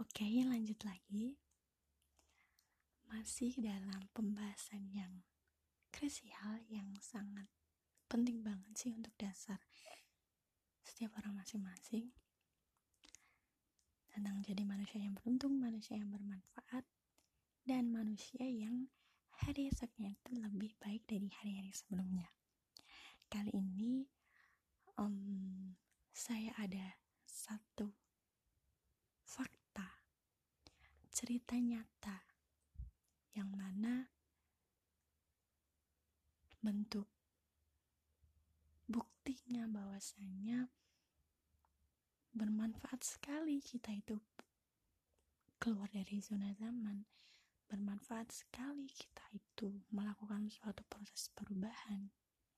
Oke, lanjut lagi. Masih dalam pembahasan yang krusial, yang sangat penting banget sih untuk dasar setiap orang masing-masing, tentang jadi manusia yang beruntung, manusia yang bermanfaat, dan manusia yang hari esoknya itu lebih baik dari hari-hari sebelumnya. Kali ini saya ada satu fakta, cerita nyata, yang mana bentuk buktinya bahwasanya bermanfaat sekali kita itu keluar dari zona zaman, bermanfaat sekali kita itu melakukan suatu proses perubahan.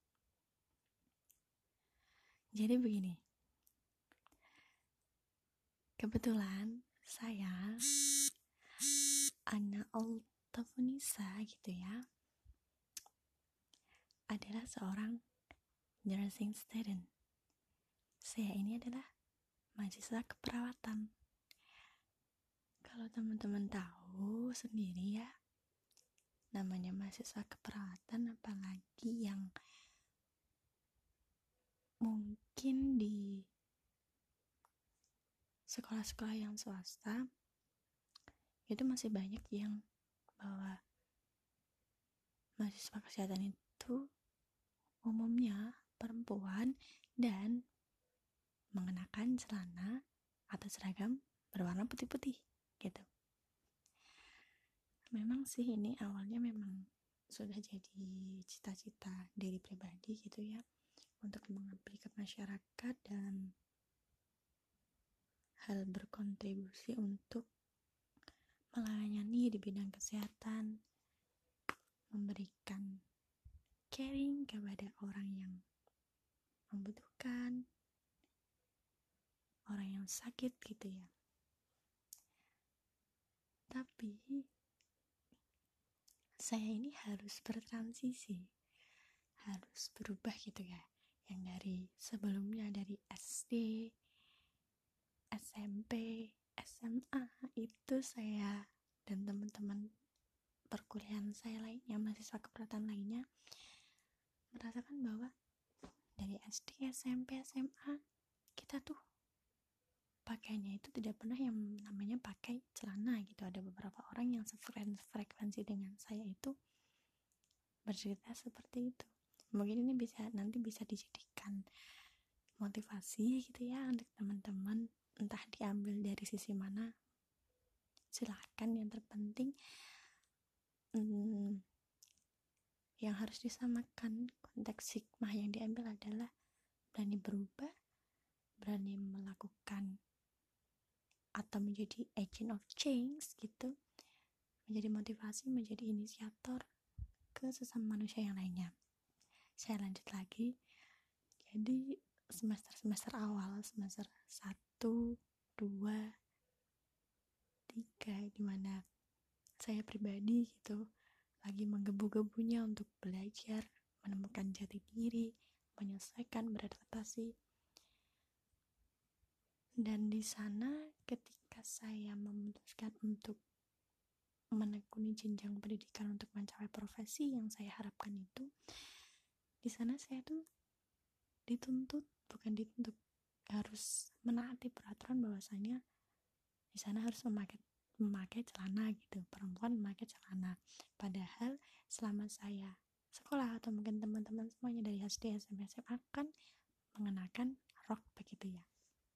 Jadi begini, kebetulan saya Ana Altafunisa gitu ya, adalah seorang nursing student. Saya ini adalah mahasiswa keperawatan. Kalau teman-teman tahu sendiri ya, namanya mahasiswa keperawatan, apalagi yang mungkin di sekolah-sekolah yang swasta, itu masih banyak yang bahwa mahasiswa kesehatan itu umumnya perempuan dan mengenakan celana atau seragam berwarna putih-putih gitu. Memang sih ini awalnya memang sudah jadi cita-cita diri pribadi gitu ya, untuk mengabdi ke masyarakat dan hal berkontribusi untuk melayani di bidang kesehatan, memberikan caring kepada orang yang membutuhkan, orang yang sakit gitu ya. Tapi saya ini harus bertransisi, harus berubah gitu ya. Yang dari sebelumnya, dari SD, SMP, SMA, itu saya dan teman-teman perkuliahan saya lainnya, mahasiswa keperawatan lainnya, merasakan bahwa dari SD, SMP, SMA kita tuh pakainya itu tidak pernah yang namanya pakai celana gitu. Ada beberapa orang yang sefrekuensi dengan saya itu bercerita seperti itu. Mungkin ini nanti bisa dijadikan motivasi gitu ya untuk teman-teman, entah diambil dari sisi mana, silahkan. Yang terpenting yang harus disamakan, konteks hikmah yang diambil adalah berani berubah, berani melakukan atau menjadi agent of change gitu, menjadi motivasi, menjadi inisiator ke sesama manusia yang lainnya. Saya lanjut lagi. Jadi semester awal, semester 1, 2, 3, dimana saya pribadi gitu lagi menggebu-gebunya untuk belajar, menemukan jati diri, menyesuaikan, beradaptasi. Dan di sana ketika saya memutuskan untuk menekuni jenjang pendidikan untuk mencapai profesi yang saya harapkan itu, di sana saya tuh bukan dituntut harus menaati peraturan bahwasanya di sana harus memakai celana gitu, perempuan memakai celana. Padahal selama saya sekolah atau mungkin teman-teman semuanya dari SD, SMP, SMA kan mengenakan rok begitu ya.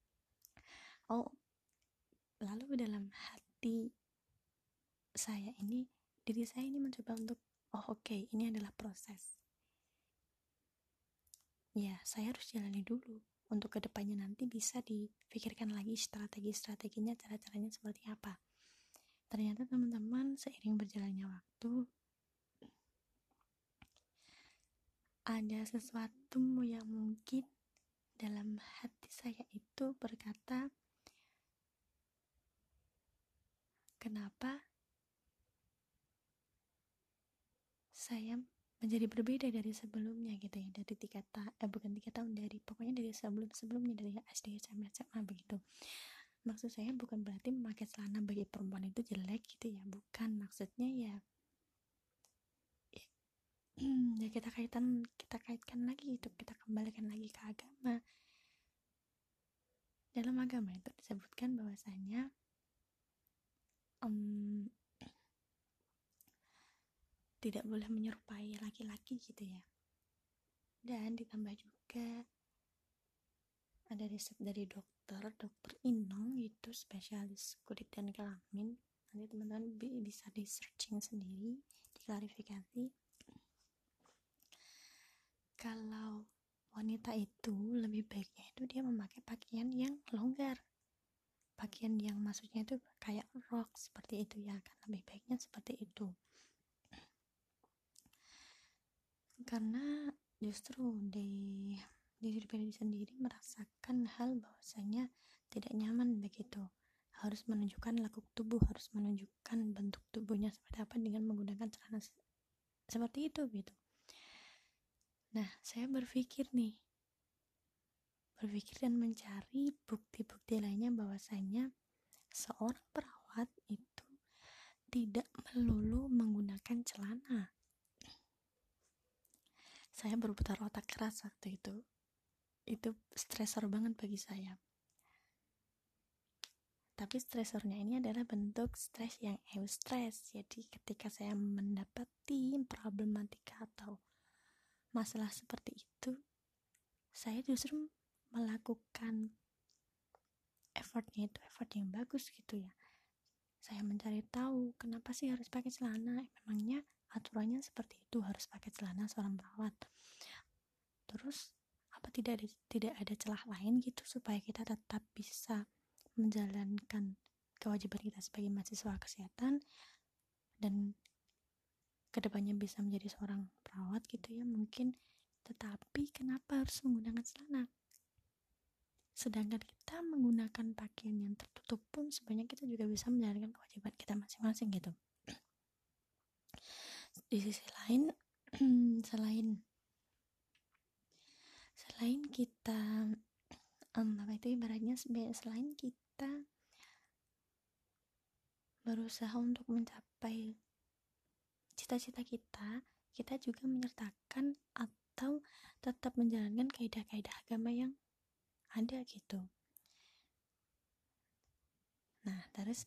Lalu dalam hati saya ini, diri saya ini mencoba untuk oke, ini adalah proses. Ya, saya harus jalani dulu. Untuk kedepannya nanti bisa dipikirkan lagi strategi-strateginya, cara-caranya seperti apa. Ternyata teman-teman, seiring berjalannya waktu, ada sesuatu yang mungkin dalam hati saya itu berkata, kenapa saya menjadi berbeda dari sebelumnya gitu ya, dari 3 tahun, dari pokoknya dari sebelumnya, dari SD, SMP, SMA begitu. maksud saya bukan berarti memakai celana bagi perempuan itu jelek gitu ya, bukan. Maksudnya ya ya kita kaitkan lagi itu, kita kembalikan lagi ke agama. Dalam agama itu disebutkan bahwasanya tidak boleh menyerupai laki-laki gitu ya. Dan ditambah juga ada riset dari dokter Inong, itu spesialis kulit dan kelamin. Nanti teman-teman bisa di searching sendiri, diklarifikasi. Kalau wanita itu lebih baiknya itu dia memakai pakaian yang longgar, pakaian yang maksudnya itu kayak rok seperti itu ya, kan lebih baiknya seperti itu. Karena justru di diri sendiri merasakan hal bahwasanya tidak nyaman begitu, harus menunjukkan lekuk tubuh, harus menunjukkan bentuk tubuhnya seperti apa dengan menggunakan celana seperti itu gitu. Nah, saya berpikir dan mencari bukti-bukti lainnya bahwasanya seorang perawat itu tidak melulu menggunakan celana. Saya berputar otak keras waktu itu stresor banget bagi saya. Tapi stresornya ini adalah bentuk stres yang eustress. Jadi ketika saya mendapati problematika atau masalah seperti itu, saya justru melakukan effort yang bagus gitu ya. Saya mencari tahu kenapa sih harus pakai celana, memangnya aturannya seperti itu, harus pakai celana seorang perawat. Terus apa tidak ada celah lain gitu supaya kita tetap bisa menjalankan kewajiban kita sebagai mahasiswa kesehatan dan kedepannya bisa menjadi seorang perawat gitu ya mungkin. Tetapi kenapa harus menggunakan celana? Sedangkan kita menggunakan pakaian yang tertutup pun sebenarnya kita juga bisa menjalankan kewajiban kita masing-masing gitu. Di sisi lain selain kita selain kita berusaha untuk mencapai cita-cita kita juga menyertakan atau tetap menjalankan kaidah-kaidah agama yang ada gitu. Nah, terus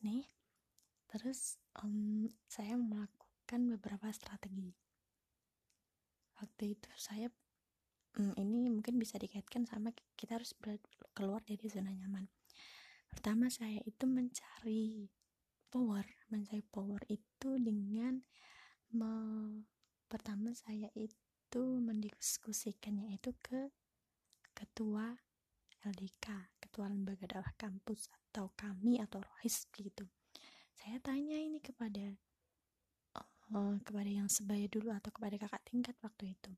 saya melakukan beberapa strategi. Waktu itu saya ini mungkin bisa dikaitkan sama kita harus keluar dari zona nyaman. Pertama saya itu mencari power itu dengan pertama saya itu mendiskusikannya itu ke ketua LDK, ketua lembaga dakwah kampus atau kami atau rohis gitu. Saya tanya ini kepada yang sebaya dulu atau kepada kakak tingkat waktu itu,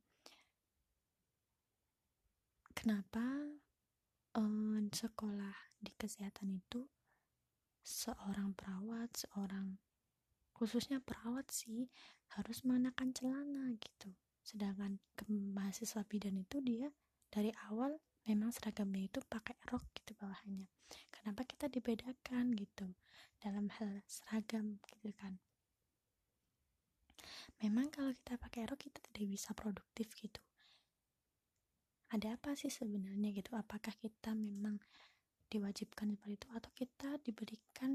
kenapa sekolah di kesehatan itu seorang perawat, khususnya perawat sih harus mengenakan celana gitu, sedangkan mahasiswa bidan itu dia dari awal memang seragamnya itu pakai rok gitu bawahannya. Kenapa kita dibedakan gitu dalam hal seragam gitu kan? Memang kalau kita pakai rok kita tidak bisa produktif gitu. Ada apa sih sebenarnya gitu? Apakah kita memang diwajibkan seperti itu atau kita diberikan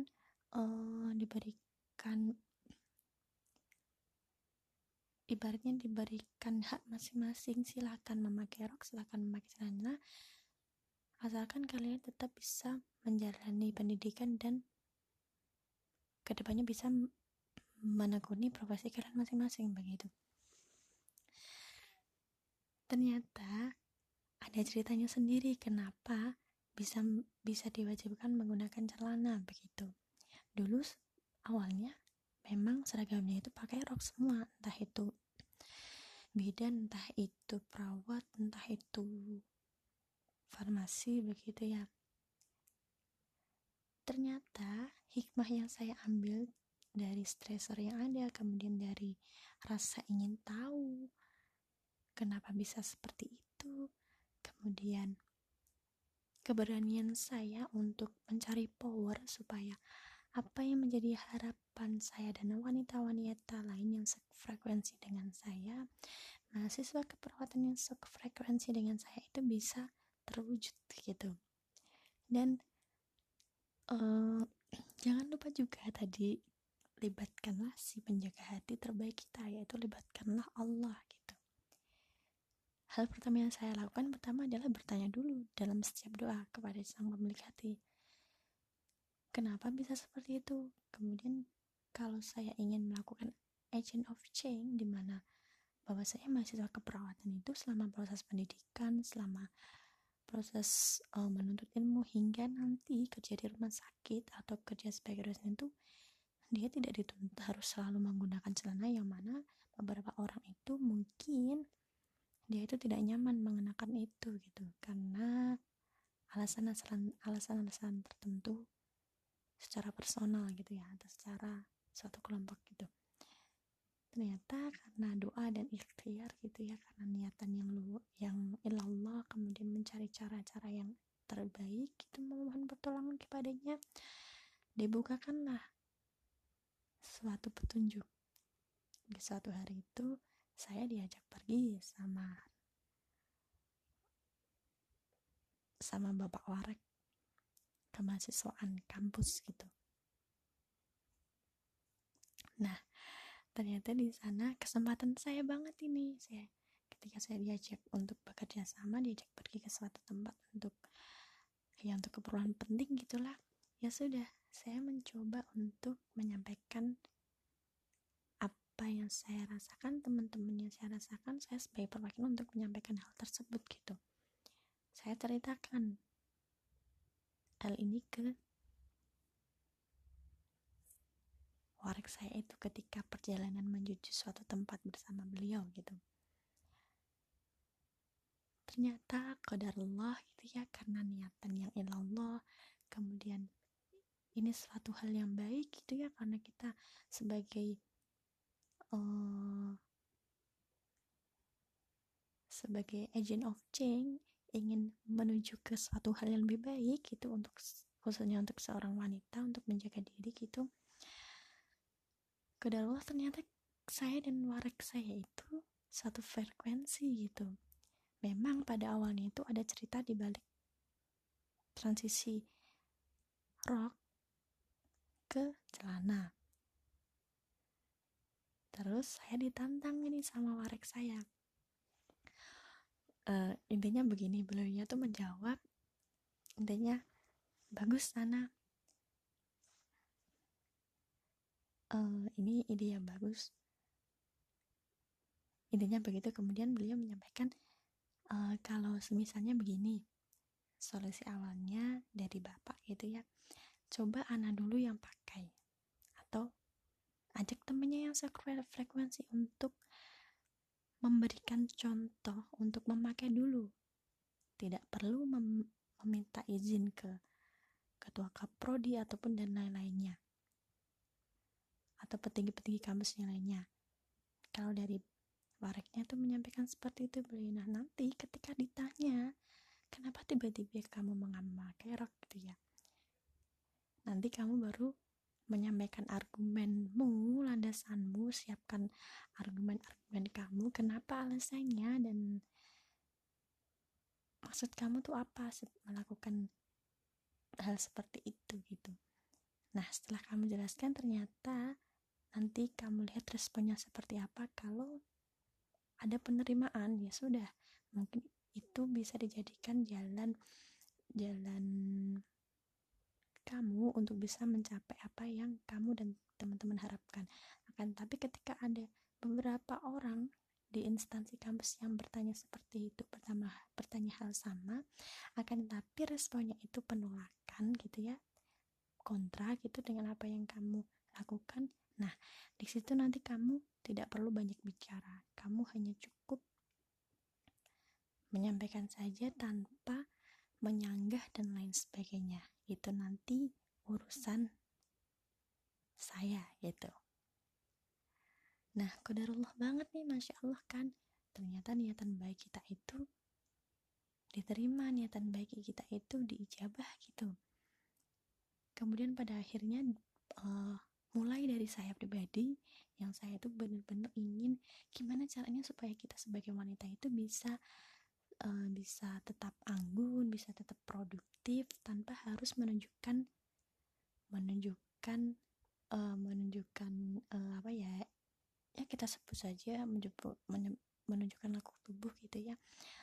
ibaratnya diberikan hak masing-masing, silakan memakai rok, silakan memakai celana, asalkan kalian tetap bisa menjalani pendidikan dan kedepannya bisa menekuni profesi kalian masing-masing begitu. Ternyata ada ceritanya sendiri kenapa bisa diwajibkan menggunakan celana begitu. Dulu awalnya memang seragamnya itu pakai rok semua, entah itu bidan, entah itu perawat, entah itu farmasi begitu ya. Ternyata hikmah yang saya ambil dari stresor yang ada, kemudian dari rasa ingin tahu kenapa bisa seperti itu, kemudian keberanian saya untuk mencari power supaya apa yang menjadi harapan saya dan wanita-wanita lain yang sefrekuensi dengan saya, mahasiswa keperawatan yang sefrekuensi dengan saya itu bisa terwujud gitu. Dan jangan lupa juga tadi, libatkanlah si penjaga hati terbaik kita, yaitu libatkanlah Allah gitu. Hal pertama yang saya lakukan pertama adalah bertanya dulu dalam setiap doa kepada sang pemilik hati, kenapa bisa seperti itu? Kemudian kalau saya ingin melakukan agent of change, di mana bahwa saya mahasiswa keperawatan itu selama proses pendidikan, selama proses menuntut ilmu hingga nanti kerja di rumah sakit atau kerja sebagai dosen itu, dia tidak dituntut harus selalu menggunakan celana, yang mana beberapa orang itu mungkin dia itu tidak nyaman mengenakan itu gitu karena alasan-alasan tertentu secara personal gitu ya, atau secara suatu kelompok gitu. Ternyata karena doa dan ikhtiar gitu ya, karena niatan yang ilallah, kemudian mencari cara-cara yang terbaik gitu, memohon pertolongan kepadanya, dibukakanlah suatu petunjuk. Di suatu hari itu saya diajak pergi sama Bapak Warek ke mahasiswaan kampus gitu. Nah, ternyata di sana kesempatan saya banget ini. Ketika saya diajak untuk bekerja sama, diajak pergi ke suatu tempat untuk keperluan penting gitulah. Ya sudah, saya mencoba untuk menyampaikan apa yang saya rasakan, teman-teman yang saya rasakan, saya sebagai perwakilan untuk menyampaikan hal tersebut gitu. Saya ceritakan hal ini ke warek saya itu ketika perjalanan menuju suatu tempat bersama beliau gitu. Ternyata qadarullah gitu ya, karena niatan yang ilallah, kemudian ini suatu hal yang baik gitu ya, karena kita sebagai agent of change ingin menuju ke suatu hal yang lebih baik gitu, untuk khususnya untuk seorang wanita untuk menjaga diri gitu. Qadarullah, ternyata saya dan warek saya itu satu frekuensi gitu. Memang pada awalnya itu ada cerita di balik transisi rok ke celana. Terus saya ditantang ini sama warek saya. Intinya begini, beliaunya tuh menjawab, intinya bagus Nana, ini ide yang bagus, intinya begitu. Kemudian beliau menyampaikan, kalau semisalnya begini, solusi awalnya dari bapak gitu ya, coba Ana dulu yang pakai, atau ajak temennya yang sefrekuensi untuk memberikan contoh untuk memakai dulu. Tidak perlu meminta izin ke ketua kaprodi ataupun dan lain-lainnya, atau petinggi-petinggi kampus yang lainnya. Kalau dari wareknya tuh menyampaikan seperti itu beliau. Nah, nanti ketika ditanya kenapa tiba-tiba kamu memakai rok gitu ya, nanti kamu baru menyampaikan argumenmu, landasanmu, siapkan argumen-argumen kamu, kenapa alasannya, dan maksud kamu tuh apa melakukan hal seperti itu gitu. Nah, setelah kamu jelaskan, ternyata nanti kamu lihat responnya seperti apa. Kalau ada penerimaan, ya sudah, mungkin itu bisa dijadikan jalan kamu untuk bisa mencapai apa yang kamu dan teman-teman harapkan. Tapi ketika ada beberapa orang di instansi kampus yang bertanya seperti itu, bertanya hal sama, tapi responnya itu penolakan gitu ya, kontra gitu dengan apa yang kamu lakukan. Nah, di situ nanti kamu tidak perlu banyak bicara, kamu hanya cukup menyampaikan saja tanpa menyanggah dan lain sebagainya. Itu nanti urusan saya gitu. Nah, qadarullah banget nih, Masya Allah kan, ternyata niatan baik kita itu diterima, niatan baik kita itu diijabah gitu. Kemudian pada akhirnya mulai dari saya pribadi, yang saya itu benar-benar ingin gimana caranya supaya kita sebagai wanita itu bisa tetap anggun, bisa tetap produktif tanpa harus menunjukkan apa ya kita sebut saja menunjukkan laku tubuh gitu ya,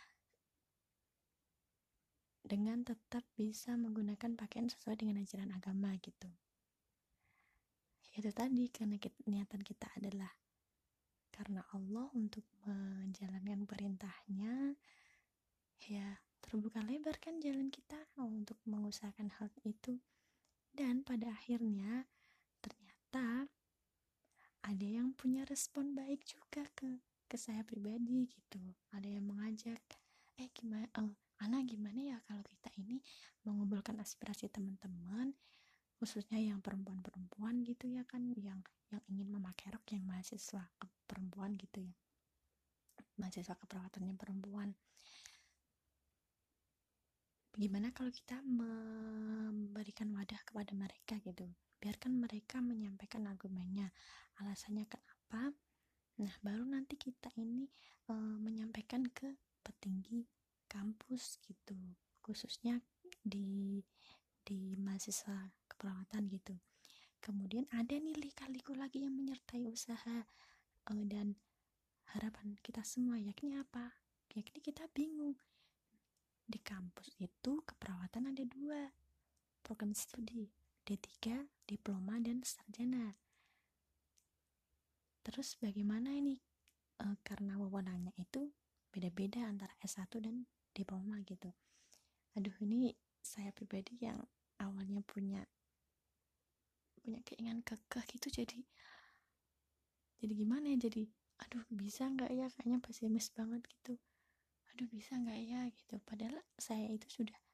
dengan tetap bisa menggunakan pakaian sesuai dengan ajaran agama gitu. Itu tadi, karena niatan kita adalah karena Allah untuk menjalankan perintahnya, ya terbuka lebar kan jalan kita untuk mengusahakan hal itu. Dan pada akhirnya ternyata ada yang punya respon baik juga ke saya pribadi gitu. Ada yang mengajak, gimana ya kalau kita ini mengumpulkan aspirasi teman-teman, khususnya yang perempuan-perempuan gitu ya kan, yang ingin memakai rok, yang mahasiswa perempuan gitu ya, mahasiswa keperawatannya perempuan. Gimana kalau kita memberikan wadah kepada mereka gitu, biarkan mereka menyampaikan argumennya, alasannya kenapa. Nah baru nanti kita ini menyampaikan ke petinggi kampus gitu, khususnya di mahasiswa keperawatan gitu. Kemudian ada nih lika-liku lagi yang menyertai usaha dan harapan kita semua, yakni apa? Yakni kita bingung. Di kampus itu keperawatan ada 2 program studi, D3, diploma, dan sarjana. Terus bagaimana ini? Karena wewenangnya itu beda-beda antara S1 dan diploma gitu. Aduh, ini saya pribadi yang awalnya punya keinginan kekeh gitu, jadi gimana ya, jadi aduh bisa nggak ya, kayaknya pesimis banget gitu, aduh bisa nggak ya gitu. Padahal saya itu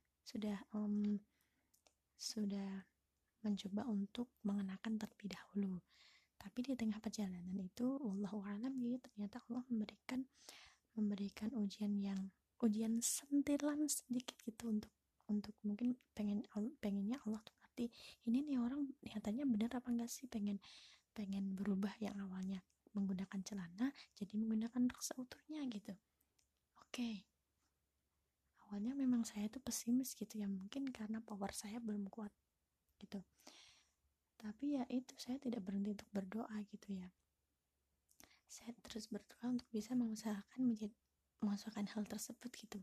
sudah mencoba untuk mengenakan terlebih dahulu, tapi di tengah perjalanan itu wallahu a'lam gitu, ternyata Allah memberikan ujian sentilan sedikit gitu, untuk mungkin pengennya Allah tuh ngerti ini nih orang niatannya benar apa enggak sih, pengen berubah yang awalnya menggunakan celana jadi menggunakan rok seutuhnya gitu. Oke. Awalnya memang saya tuh pesimis gitu ya, mungkin karena power saya belum kuat gitu. Tapi ya itu, saya tidak berhenti untuk berdoa gitu ya. Saya terus berdoa untuk bisa mengusahakan hal tersebut gitu.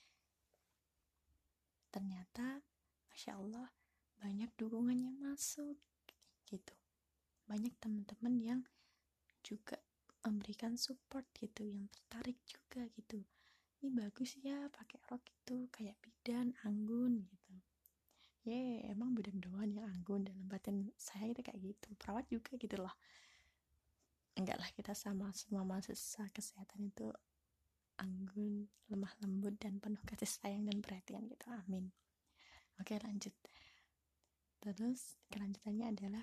Ternyata Masya Allah banyak dukungan yang masuk gitu. Banyak teman-teman yang juga memberikan support gitu, yang tertarik juga gitu. Ini bagus ya pakai rok itu, kayak bidan, anggun gitu. Emang bidan doang yang anggun, dalam batin saya itu kayak gitu. Perawat juga gitu loh. Enggak lah, kita sama semua mahasiswa kesehatan itu anggun, lemah lembut, dan penuh kasih sayang dan perhatian gitu. Amin. Oke, lanjut. Terus kelanjutannya adalah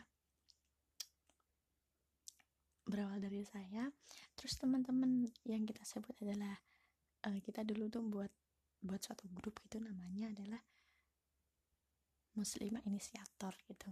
berawal dari saya, terus teman-teman yang kita sebut adalah kita dulu tuh buat suatu grup gitu, namanya adalah Muslimah Inisiator gitu.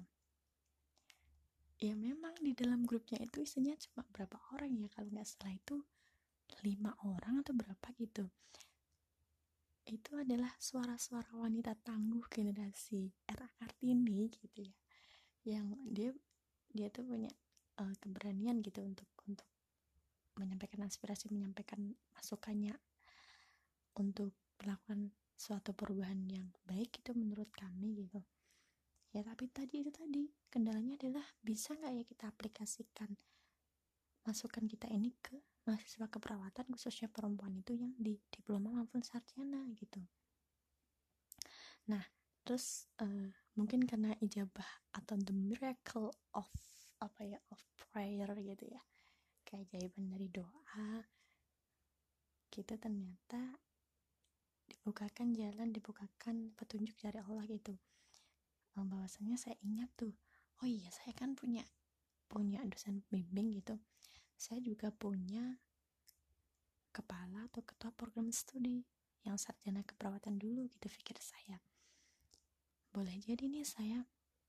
Ya memang di dalam grupnya itu isinya cuma berapa orang ya, kalau nggak salah itu 5 orang atau berapa gitu. Itu adalah suara-suara wanita tangguh generasi era Kartini gitu ya, yang dia tuh punya keberanian gitu untuk menyampaikan aspirasi, menyampaikan masukannya untuk melakukan suatu perubahan yang baik itu menurut kami gitu ya. Tapi itu tadi kendalanya adalah bisa nggak ya kita aplikasikan masukan kita ini ke mahasiswa keperawatan, khususnya perempuan itu yang di diploma maupun sarjana gitu. Nah terus mungkin karena ijabah atau the miracle of prayer gitu ya, keajaiban dari doa, kita ternyata dibukakan jalan, dibukakan petunjuk dari Allah gitu. Bahwasanya saya ingat tuh, oh iya saya kan punya dosen bimbing gitu, saya juga punya kepala atau ketua program studi yang sarjana keperawatan dulu gitu, pikir saya. Boleh jadi nih saya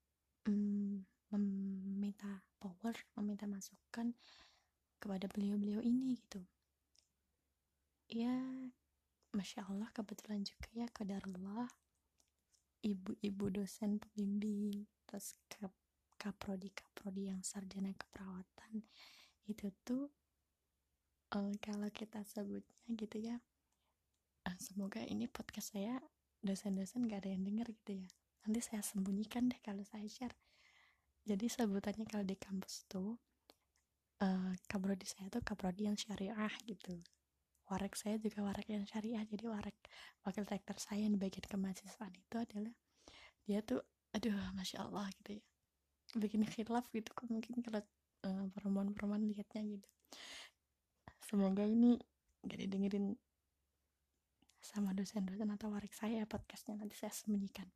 meminta power, meminta masukan kepada beliau-beliau ini gitu. Ya, Masya Allah, kebetulan juga ya, qadarullah, ibu-ibu dosen pembimbing, terus kaprodi yang sarjana keperawatan itu tuh, kalau kita sebutnya gitu ya, semoga ini podcast saya dosen-dosen gak ada yang denger gitu ya, nanti saya sembunyikan deh kalau saya share. Jadi sebutannya kalau di kampus tuh, kaprodi saya tuh kaprodi yang syariah gitu, warek saya juga warek yang syariah. Jadi warek wakil rektor saya yang di bagian kemahasiswaan itu adalah, dia tuh aduh Masya Allah gitu ya, bikin khilaf gitu kok, mungkin kalau perempuan-perempuan lihatnya gitu. Semoga ini gak didengerin sama dosen-dosen atau warek saya podcastnya, nanti saya sembunyikan.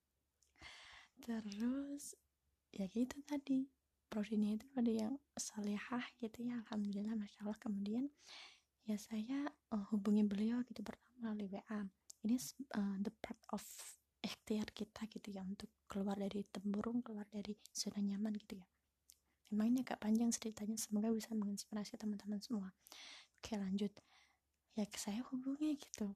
Terus ya gitu tadi, prodinya itu ada yang salihah gitu ya, alhamdulillah Masya Allah. Kemudian ya saya hubungi beliau gitu pertama melalui WA. Ini the part of ikhtiar kita gitu ya, untuk keluar dari tempurung, keluar dari zona nyaman gitu ya. Memang ini agak panjang ceritanya, semoga bisa menginspirasi teman-teman semua. Oke, lanjut. Ya saya hubungi gitu.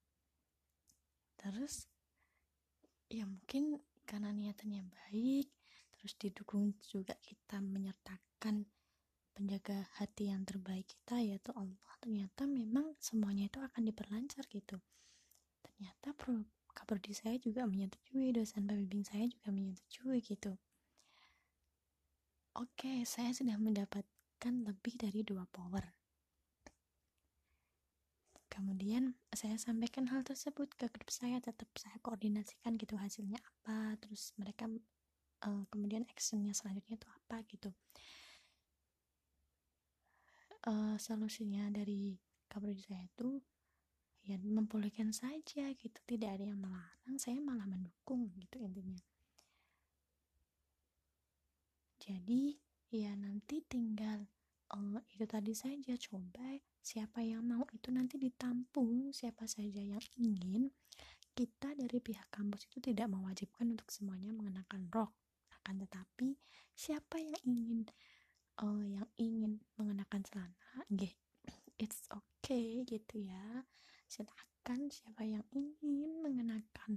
Terus ya mungkin karena niatannya baik, terus didukung juga kita menyertakan penjaga hati yang terbaik kita, yaitu Allah. Ternyata memang semuanya itu akan diperlancar gitu. Ternyata kaprodi saya juga menyetujui, dosen pembimbing saya juga menyetujui gitu. Oke, saya sudah mendapatkan lebih dari 2 power. Kemudian saya sampaikan hal tersebut ke grup saya, tetap saya koordinasikan gitu hasilnya apa, terus mereka kemudian actionnya selanjutnya itu apa gitu. Solusinya dari kaprodi saya itu ya membolehkan saja gitu, tidak ada yang melarang, saya malah mendukung gitu intinya. Jadi ya nanti tinggal itu tadi saja, coba siapa yang mau itu nanti ditampung siapa saja yang ingin. Kita dari pihak kampus itu tidak mewajibkan untuk semuanya mengenakan rok, akan tetapi siapa yang ingin mengenakan celana, it's okay gitu ya, silakan. Siapa yang ingin mengenakan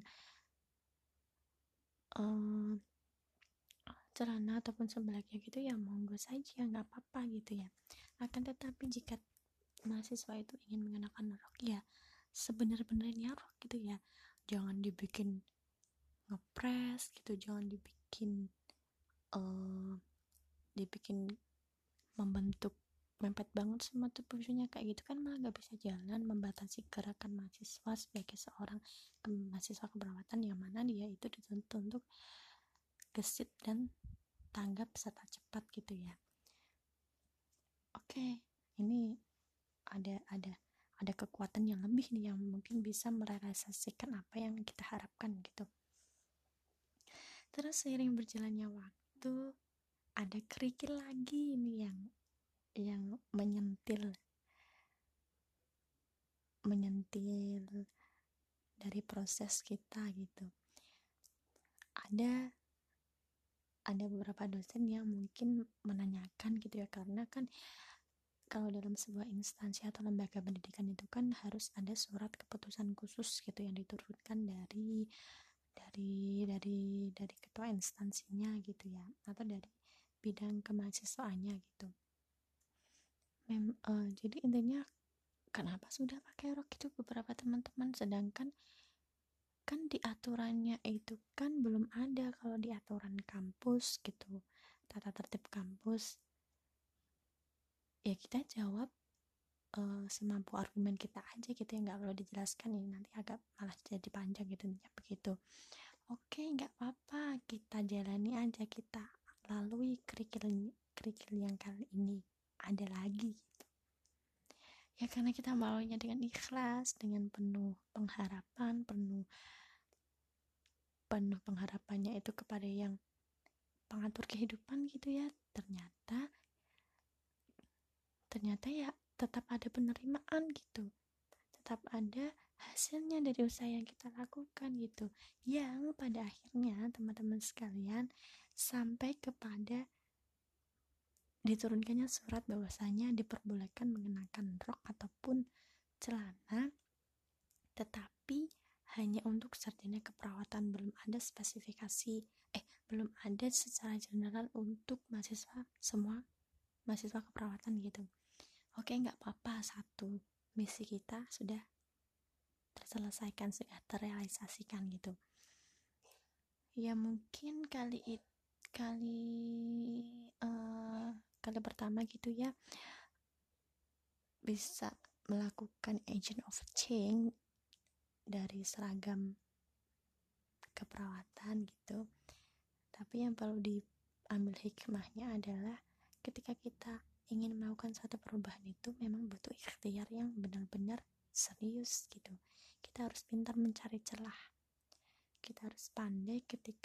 celana ataupun sebaliknya gitu ya monggo saja, nggak apa-apa gitu ya. Akan tetapi jika mahasiswa itu ingin mengenakan rok, ya sebenar-benarnya rok gitu ya, jangan dibikin ngepres gitu, jangan dibikin membentuk mepet banget sama tubuhnya kayak gitu kan, malah gak bisa jalan, membatasi gerakan mahasiswa sebagai seorang mahasiswa keperawatan, yang mana dia itu dituntut untuk gesit dan tanggap serta cepat gitu ya. Oke, ini ada kekuatan yang lebih nih yang mungkin bisa merealisasikan apa yang kita harapkan gitu. Terus seiring berjalannya waktu, ada kerikil lagi ini yang menyentil dari proses kita gitu. Ada beberapa dosen yang mungkin menanyakan gitu ya, karena kan kalau dalam sebuah instansi atau lembaga pendidikan itu kan harus ada surat keputusan khusus gitu yang diturunkan dari ketua instansinya gitu ya, atau dari bidang kemahasiswaannya gitu. Jadi intinya kenapa sudah pakai rok itu beberapa teman-teman, sedangkan kan di aturannya itu kan belum ada. Kalau di aturan kampus gitu, tata tertib kampus, ya kita jawab semampu argumen kita aja gitu ya, nggak perlu dijelaskan, ini nanti agak malah jadi panjang gitu ya begitu. Oke, nggak apa-apa, kita jalani aja, kita lalui kerikil yang kali ini ada lagi gitu. Ya karena kita maunya dengan ikhlas, dengan penuh pengharapan, penuh pengharapannya itu kepada yang pengatur kehidupan gitu ya. Ternyata ya tetap ada penerimaan gitu, tetap ada hasilnya dari usaha yang kita lakukan gitu, yang pada akhirnya teman-teman sekalian sampai kepada diturunkannya surat bahwasanya diperbolehkan mengenakan rok ataupun celana, tetapi hanya untuk sarjana keperawatan, belum ada spesifikasi, belum ada secara general untuk mahasiswa, semua mahasiswa keperawatan gitu. Oke, nggak apa-apa, satu misi kita sudah terselesaikan, sudah terrealisasikan gitu. Ya mungkin kali pertama gitu ya, bisa melakukan agent of change dari seragam keperawatan gitu. Tapi yang perlu diambil hikmahnya adalah ketika kita ingin melakukan suatu perubahan itu memang butuh ikhtiar yang benar-benar serius gitu. Kita harus pintar mencari celah, kita harus pandai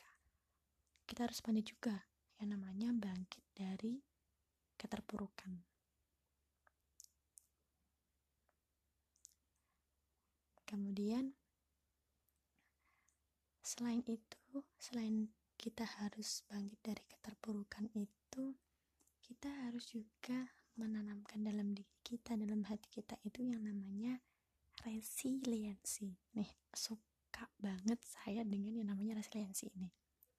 juga yang namanya bangkit dari keterpurukan. Kemudian selain kita harus bangkit dari keterpurukan itu, kita harus juga menanamkan dalam diri kita, dalam hati kita itu yang namanya resiliensi. Nih, suka banget saya dengan yang namanya resiliensi ini.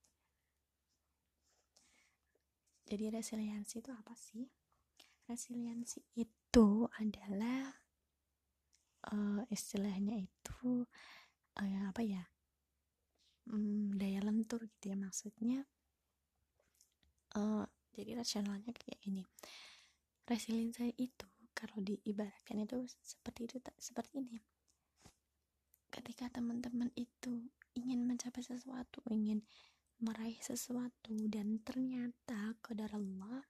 Jadi resiliensi itu apa sih? Resiliensi itu adalah istilahnya itu daya lentur gitu ya, maksudnya jadi rasionalnya kayak gini. Resiliensi itu kalau diibaratkan itu seperti ini. Ketika teman-teman itu ingin mencapai sesuatu, ingin meraih sesuatu, dan ternyata qadarullah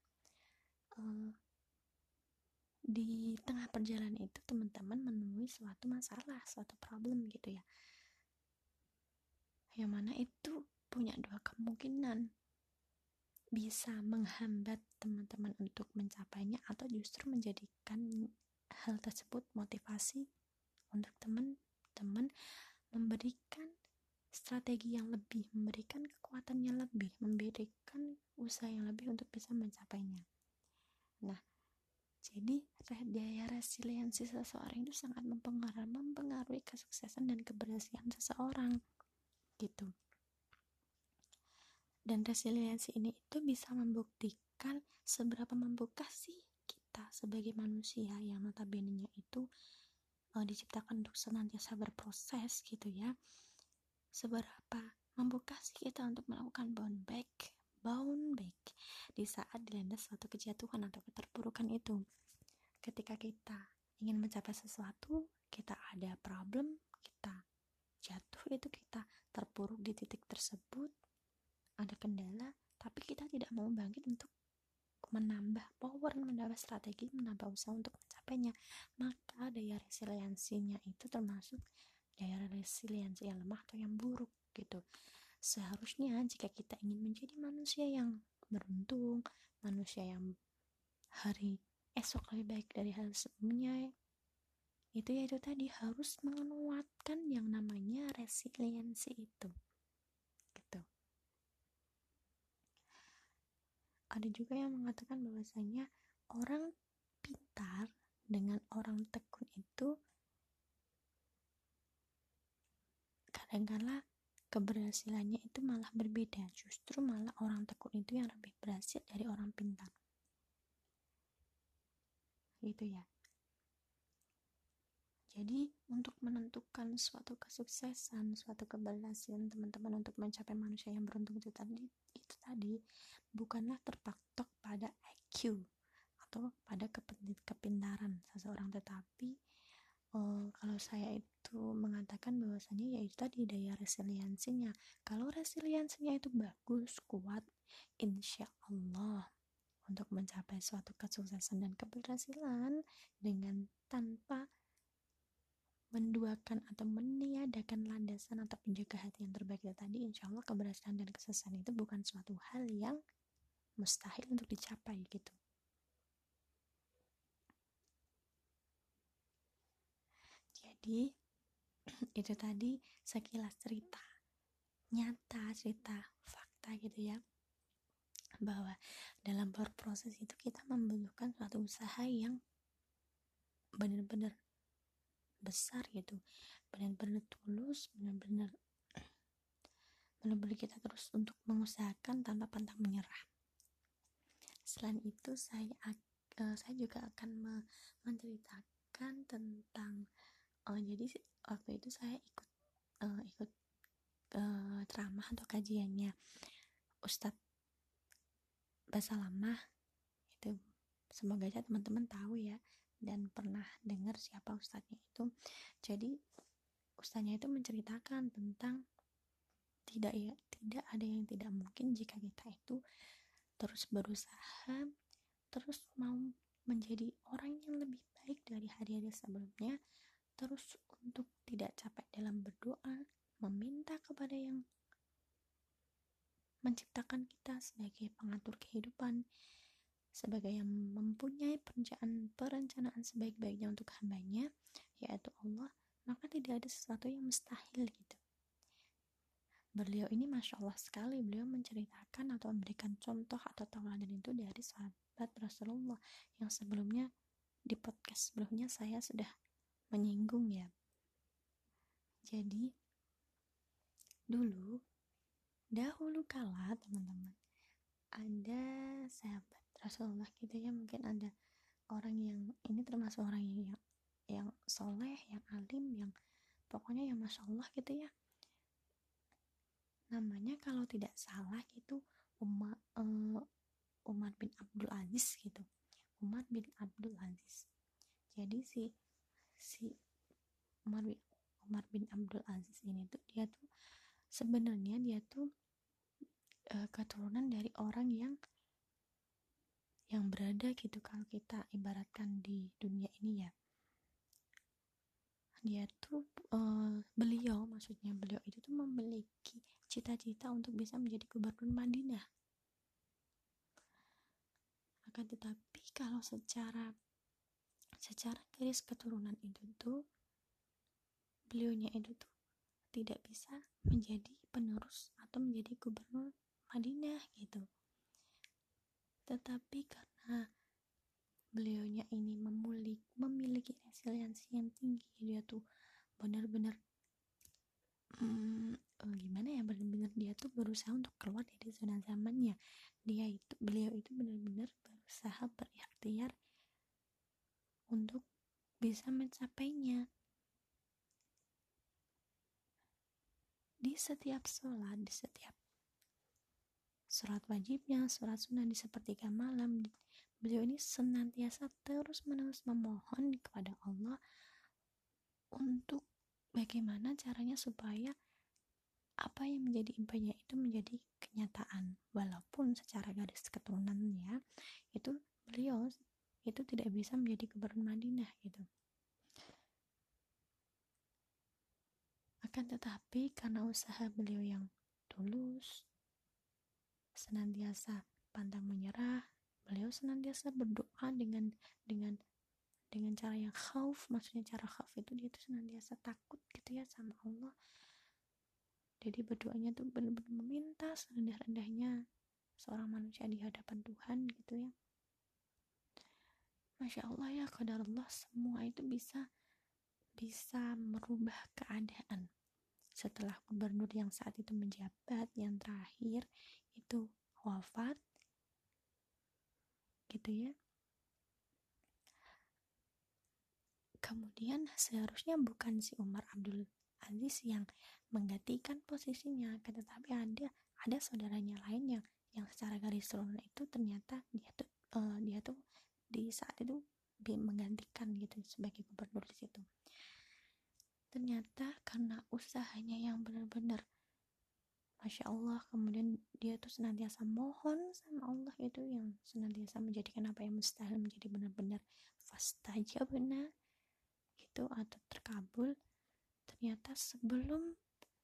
di tengah perjalanan itu teman-teman menemui suatu masalah, suatu problem gitu ya, yang mana itu punya dua kemungkinan, bisa menghambat teman-teman untuk mencapainya atau justru menjadikan hal tersebut motivasi untuk teman-teman memberikan strategi yang lebih, memberikan kekuatan yang lebih, memberikan usaha yang lebih untuk bisa mencapainya. Nah, jadi daya resiliensi seseorang itu sangat mempengaruhi kesuksesan dan keberhasilan seseorang gitu. Dan resiliensi ini itu bisa membuktikan seberapa mampukah sih kita sebagai manusia yang notabene-nya itu diciptakan untuk senantiasa berproses gitu ya. Seberapa mampukah sih kita untuk melakukan bounce back di saat dilanda suatu kejatuhan atau keterpurukan itu. Ketika kita ingin mencapai sesuatu, kita ada problem, kita jatuh, itu kita terpuruk di titik tersebut, ada kendala, tapi kita tidak mau bangkit untuk menambah power, menambah strategi, menambah usaha untuk mencapainya, maka daya resiliensinya itu termasuk daya resiliensi yang lemah atau yang buruk gitu. Seharusnya jika kita ingin menjadi manusia yang beruntung, manusia yang hari esok lebih baik dari hari sebelumnya, itu tadi harus menguatkan yang namanya resiliensi itu gitu. Ada juga yang mengatakan bahwasanya orang pintar dengan orang tekun itu kadang-kala keberhasilannya itu malah berbeda. Justru malah orang tekun itu yang lebih berhasil dari orang pintar gitu ya. Jadi untuk menentukan suatu kesuksesan, suatu keberhasilan teman-teman untuk mencapai manusia yang beruntung itu tadi bukanlah terpatok pada IQ atau pada kepintaran seseorang, tetapi kalau saya itu mengatakan bahwasanya yaitu tadi daya resiliensinya. Kalau resiliensinya itu bagus, kuat, insya Allah untuk mencapai suatu kesuksesan dan keberhasilan dengan tanpa menduakan atau meniadakan landasan atau penjaga hati yang terbaik tadi, insya Allah keberhasilan dan kesuksesan itu bukan suatu hal yang mustahil untuk dicapai gitu. Jadi Itu tadi sekilas cerita nyata, cerita fakta gitu ya, bahwa dalam berproses itu kita membutuhkan suatu usaha yang benar-benar besar gitu, benar-benar tulus, benar-benar kita terus untuk mengusahakan tanpa pantang menyerah. Selain itu saya juga akan menceritakan tentang jadi waktu itu saya ikut ceramah atau kajiannya Ustadz Basalamah itu, semoga aja teman-teman tahu ya dan pernah dengar siapa ustadznya itu. Jadi ustadznya itu menceritakan tentang tidak ada yang tidak mungkin jika kita itu terus berusaha, terus mau menjadi orang yang lebih baik dari hari-hari sebelumnya, terus untuk tidak capek dalam berdoa, meminta kepada yang menciptakan kita sebagai pengatur kehidupan, sebagai yang mempunyai perencanaan sebaik-baiknya untuk hambanya, yaitu Allah, maka tidak ada sesuatu yang mustahil gitu. Beliau ini Masya Allah sekali, beliau menceritakan atau memberikan contoh atau tauladan itu dari sahabat Rasulullah yang sebelumnya di podcast sebelumnya saya sudah menyinggung ya. Jadi dahulu kala teman-teman, ada sahabat Rasulullah gitu ya, mungkin ada orang yang ini termasuk orang yang soleh, yang alim, yang pokoknya yang Masya Allah gitu ya, namanya kalau tidak salah gitu Umar bin Abdul Aziz gitu. Umar bin Abdul Aziz. Jadi si Umar bin Abdul Aziz ini tuh sebenarnya dia tuh keturunan dari orang yang berada gitu, kalau kita ibaratkan di dunia ini ya. Dia tuh beliau itu tuh memiliki cita-cita untuk bisa menjadi gubernur Madinah. Akan tetapi kalau secara garis keturunan itu tuh beliaunya itu tuh tidak bisa menjadi penerus atau menjadi gubernur Madinah gitu. Tetapi karena beliaunya ini memiliki resiliensi yang tinggi, dia tuh benar-benar gimana ya, benar-benar dia tuh berusaha untuk keluar dari zona zamannya. Beliau itu benar-benar berusaha berikhtiar untuk bisa mencapainya. Di setiap sholat, di setiap sholat wajibnya, sholat sunnah di sepertiga malam, beliau ini senantiasa terus-menerus memohon kepada Allah untuk bagaimana caranya supaya apa yang menjadi impiannya itu menjadi kenyataan, walaupun secara garis keturunannya itu beliau itu tidak bisa menjadi gubernur Madinah gitu. Akan tetapi karena usaha beliau yang tulus, senantiasa pantang menyerah, beliau senantiasa berdoa dengan cara yang khauf. Maksudnya cara khauf itu dia tuh senantiasa takut gitu ya sama Allah. Jadi berdoanya tuh benar-benar meminta serendah-rendahnya seorang manusia di hadapan Tuhan gitu ya. Masya Allah ya, qadarullah, semua itu bisa merubah keadaan. Setelah gubernur yang saat itu menjabat yang terakhir itu wafat gitu ya, kemudian seharusnya bukan si Umar Abdul Aziz yang menggantikan posisinya, tetapi ada saudaranya lain yang secara garis keturunan itu ternyata dia tuh di saat itu menggantikan gitu sebagai gubernur di situ. Ternyata karena usahanya yang benar-benar Masya Allah, kemudian dia tuh senantiasa mohon sama Allah itu, yang senantiasa menjadikan apa yang mustahil menjadi benar-benar fastajabna gitu atau terkabul. Ternyata sebelum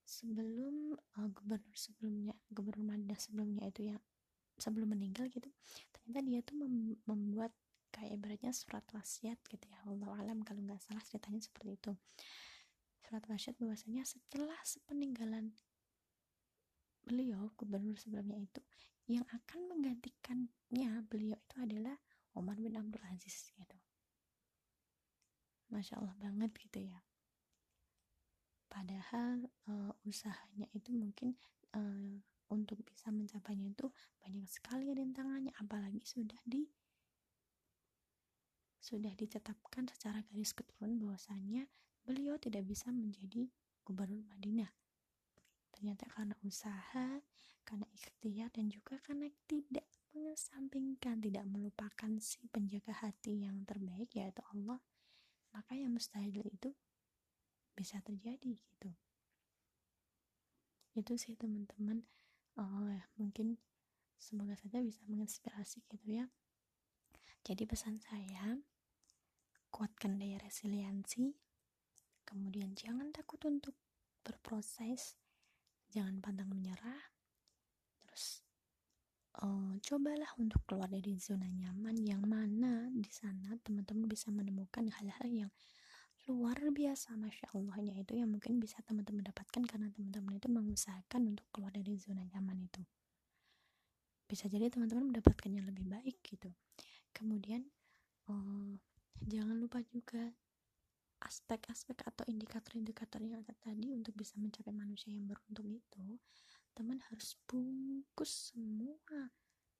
gubernur Madinah sebelumnya itu yang sebelum meninggal gitu, ternyata dia tuh membuat kayak ibaratnya surat wasiat gitu ya, Allah alam kalau nggak salah ceritanya seperti itu. surat wasiat bahwasanya setelah sepeninggalan beliau, gubernur sebelumnya itu, yang akan menggantikannya beliau itu adalah Umar bin Abdul Aziz gitu. Masya Allah banget gitu ya. Padahal usahanya itu mungkin untuk bisa mencapainya itu banyak sekali rintangannya, apalagi sudah ditetapkan secara garis keturunan bahwasanya beliau tidak bisa menjadi gubernur Madinah. Ternyata karena usaha, karena ikhtiar, dan juga karena tidak mengesampingkan, tidak melupakan si penjaga hati yang terbaik yaitu Allah, maka yang mustahil itu bisa terjadi gitu. Itu sih teman-teman, mungkin semoga saja bisa menginspirasi gitu ya. Jadi pesan saya, kuatkan daya resiliensi, kemudian jangan takut untuk berproses, jangan pantang menyerah, terus cobalah untuk keluar dari zona nyaman, yang mana di sana teman-teman bisa menemukan hal-hal yang luar biasa, Masya Allahnya itu yang mungkin bisa teman-teman dapatkan karena teman-teman itu mengusahakan untuk keluar dari zona nyaman itu. Bisa jadi teman-teman mendapatkan yang lebih baik gitu. Kemudian jangan lupa juga aspek-aspek atau indikator-indikator yang ada tadi untuk bisa mencapai manusia yang beruntung itu, teman harus bungkus semua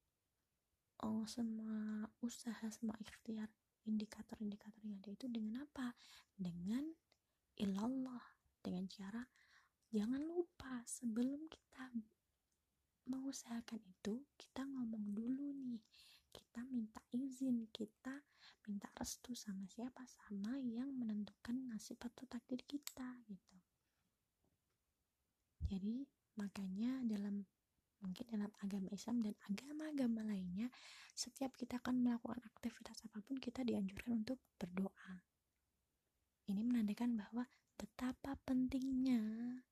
usaha, semua ikhtiar, indikator-indikator yang ada itu dengan apa? Dengan ilallah, dengan cara jangan lupa sebelum kita mengusahakan itu, kita ngomong dulu nih, kita minta izin, kita minta restu sama siapa? Sama yang menentukan nasib atau takdir kita gitu. Jadi makanya mungkin dalam agama Islam dan agama-agama lainnya, setiap kita akan melakukan aktivitas apapun, kita dianjurkan untuk berdoa. Ini menandakan bahwa betapa pentingnya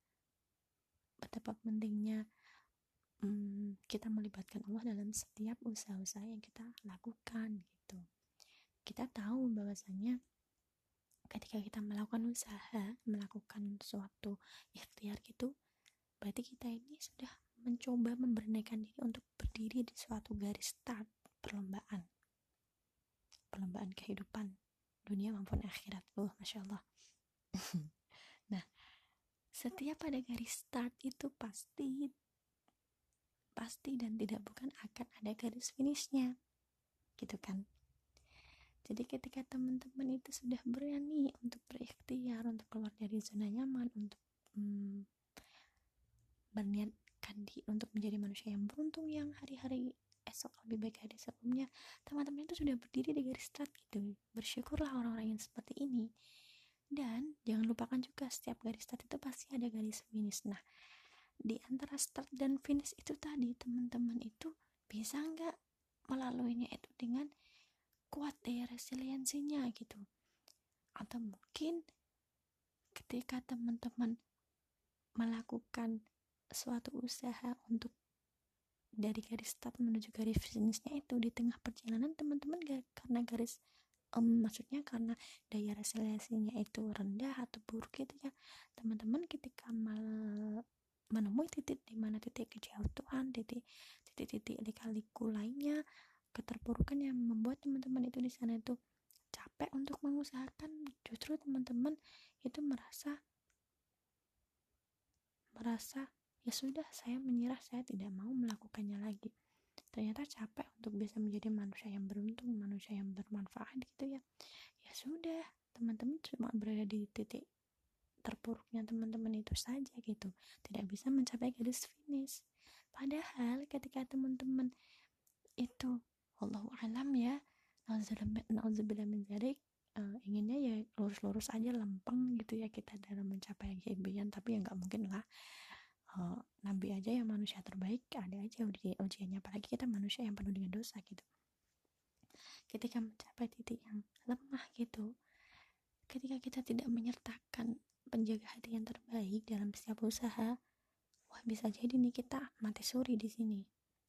kita melibatkan Allah dalam setiap usaha-usaha yang kita lakukan gitu. Kita tahu bahwasanya ketika kita melakukan usaha, melakukan suatu ikhtiar gitu, berarti kita ini sudah mencoba memberanikan diri untuk berdiri di suatu garis start perlombaan kehidupan dunia maupun akhirat. Masya Allah. Nah, setiap ada garis start itu pasti dan tidak bukan akan ada garis finishnya gitu kan. Jadi ketika teman-teman itu sudah berani untuk berikhtiar, untuk keluar dari zona nyaman, untuk berniatkan diri untuk menjadi manusia yang beruntung, yang hari-hari esok lebih baik dari sebelumnya, teman-teman itu sudah berdiri di garis start gitu. Bersyukurlah orang-orang yang seperti ini. Dan jangan lupakan juga setiap garis start itu pasti ada garis finish. Nah, di antara start dan finish itu tadi, teman-teman itu bisa nggak melaluinya itu dengan kuat daya resiliensinya gitu. Atau mungkin ketika teman-teman melakukan suatu usaha untuk dari garis start menuju garis finishnya itu, di tengah perjalanan teman-teman karena maksudnya karena daya resiliensinya itu rendah atau buruk gitu ya, teman-teman ketika menemui titik di mana titik kejatuhan, titik lika-liku lainnya, keterpurukan yang membuat teman-teman itu di sana itu capek untuk mengusahakan, justru teman-teman itu merasa ya sudah, saya menyerah, saya tidak mau melakukannya lagi. Ternyata capek untuk bisa menjadi manusia yang beruntung, manusia yang bermanfaat gitu ya. Ya sudah, teman-teman cuma berada di titik terpuruknya teman-teman itu saja gitu, tidak bisa mencapai garis finish. Padahal ketika teman-teman itu wallahu alam ya, nauzubillah min dzalik, inginnya ya lurus-lurus aja, lempeng gitu ya kita dalam mencapai impian, tapi ya nggak mungkin lah. Nabi aja yang manusia terbaik ada aja ujiannya, apalagi kita manusia yang penuh dengan dosa gitu. Ketika mencapai titik yang lemah gitu, ketika kita tidak menyertakan penjaga hati yang terbaik dalam setiap usaha, wah bisa jadi nih kita mati suri di sini.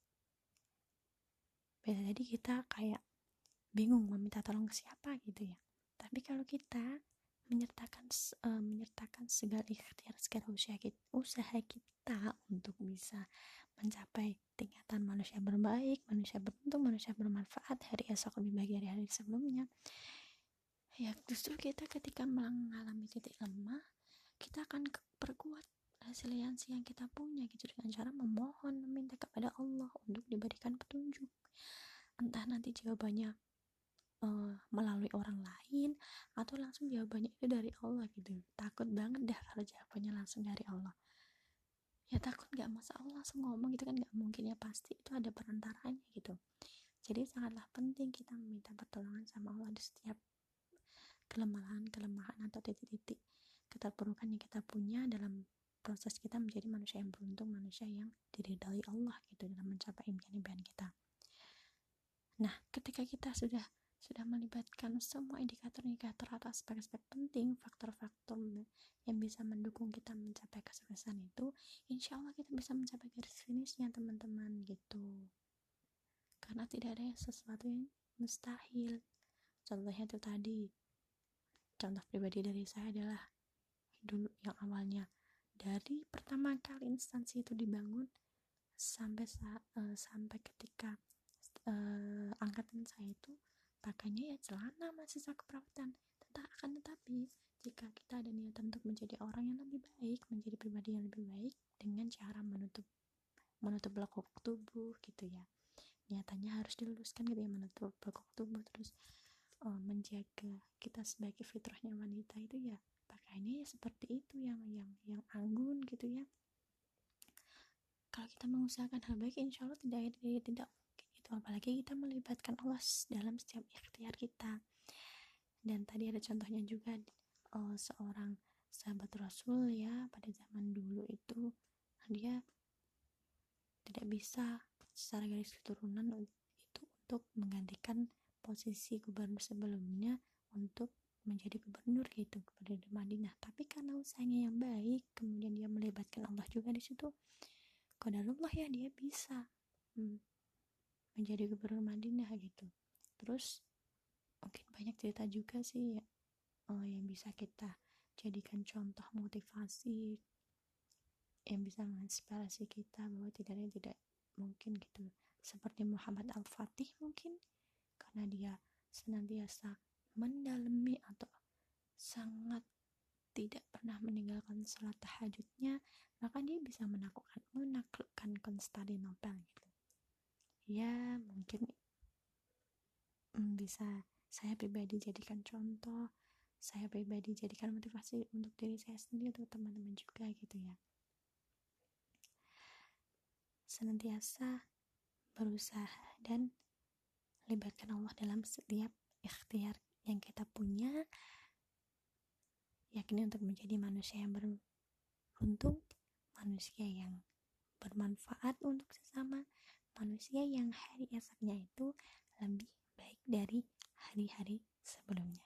Bisa jadi kita kayak bingung meminta tolong ke siapa gitu ya. Tapi kalau kita menyertakan segala ikhtiar, segala usaha kita untuk bisa mencapai tingkatan manusia berbaik, manusia beruntung, manusia bermanfaat, hari esok lebih baik dari hari sebelumnya. Ya justru kita ketika mengalami titik lemah, kita akan perkuat resiliensi yang kita punya gitu, dengan cara memohon, meminta kepada Allah untuk diberikan petunjuk. Entah nanti jawabannya melalui orang lain atau langsung jawabannya itu dari Allah gitu. Takut banget dah kalau jawabannya langsung dari Allah. Ya takut gak, masa Allah langsung ngomong gitu kan, gak mungkin, ya pasti itu ada perantaranya gitu. Jadi sangatlah penting kita meminta pertolongan sama Allah di setiap kelemahan atau titik-titik keterpurukan yang kita punya dalam proses kita menjadi manusia yang beruntung, manusia yang diridhai Allah gitu dalam mencapai impian-impian kita. Nah, ketika kita sudah melibatkan semua indikator-indikator atau aspek-aspek penting, faktor-faktor yang bisa mendukung kita mencapai kesuksesan itu, insya Allah kita bisa mencapai garis finishnya teman-teman gitu. Karena tidak ada sesuatu yang mustahil. Contohnya itu tadi, contoh pribadi dari saya adalah dulu yang awalnya dari pertama kali instansi itu dibangun sampai ketika angkatan saya itu pakainya ya celana mahasiswa keperawatan. Tetapi jika kita ada niatan untuk menjadi orang yang lebih baik, menjadi pribadi yang lebih baik dengan cara menutup lekuk tubuh gitu ya, niatannya harus diluluskan gitu ya, menutup lekuk tubuh, terus menjaga kita sebagai fitrahnya wanita itu ya pakainya ya seperti itu, yang anggun gitu ya. Kalau kita mengusahakan hal baik, insya Allah tidak mungkin itu, apalagi kita melibatkan Allah dalam setiap ikhtiar kita. Dan tadi ada contohnya juga seorang sahabat Rasul ya, pada zaman dulu itu dia tidak bisa secara garis keturunan itu untuk menggantikan posisi gubernur sebelumnya untuk menjadi gubernur gitu, gubernur di Madinah. Tapi karena usahanya yang baik, kemudian dia melibatkan Allah juga di situ, qadarullah ya, dia bisa menjadi gubernur Madinah gitu. Terus mungkin banyak cerita juga sih yang bisa kita jadikan contoh motivasi, yang bisa menginspirasi kita bahwa tidak mungkin gitu. Seperti Muhammad Al-Fatih mungkin, karena dia senantiasa mendalami atau sangat tidak pernah meninggalkan sholat tahajudnya, maka dia bisa menaklukkan Konstantinopel gitu. Ya mungkin bisa saya pribadi jadikan contoh, saya pribadi jadikan motivasi untuk diri saya sendiri, untuk teman-teman juga gitu ya. Senantiasa berusaha dan libatkan Allah dalam setiap ikhtiar yang kita punya, yakni untuk menjadi manusia yang beruntung, manusia yang bermanfaat untuk sesama, manusia yang hari esoknya itu lebih baik dari hari-hari sebelumnya.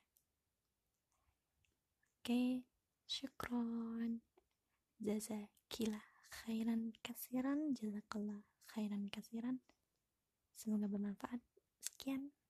Oke, syukron, jazakillah khairan kasiran, jazakallah khairan kasiran. Semoga bermanfaat. Sekian.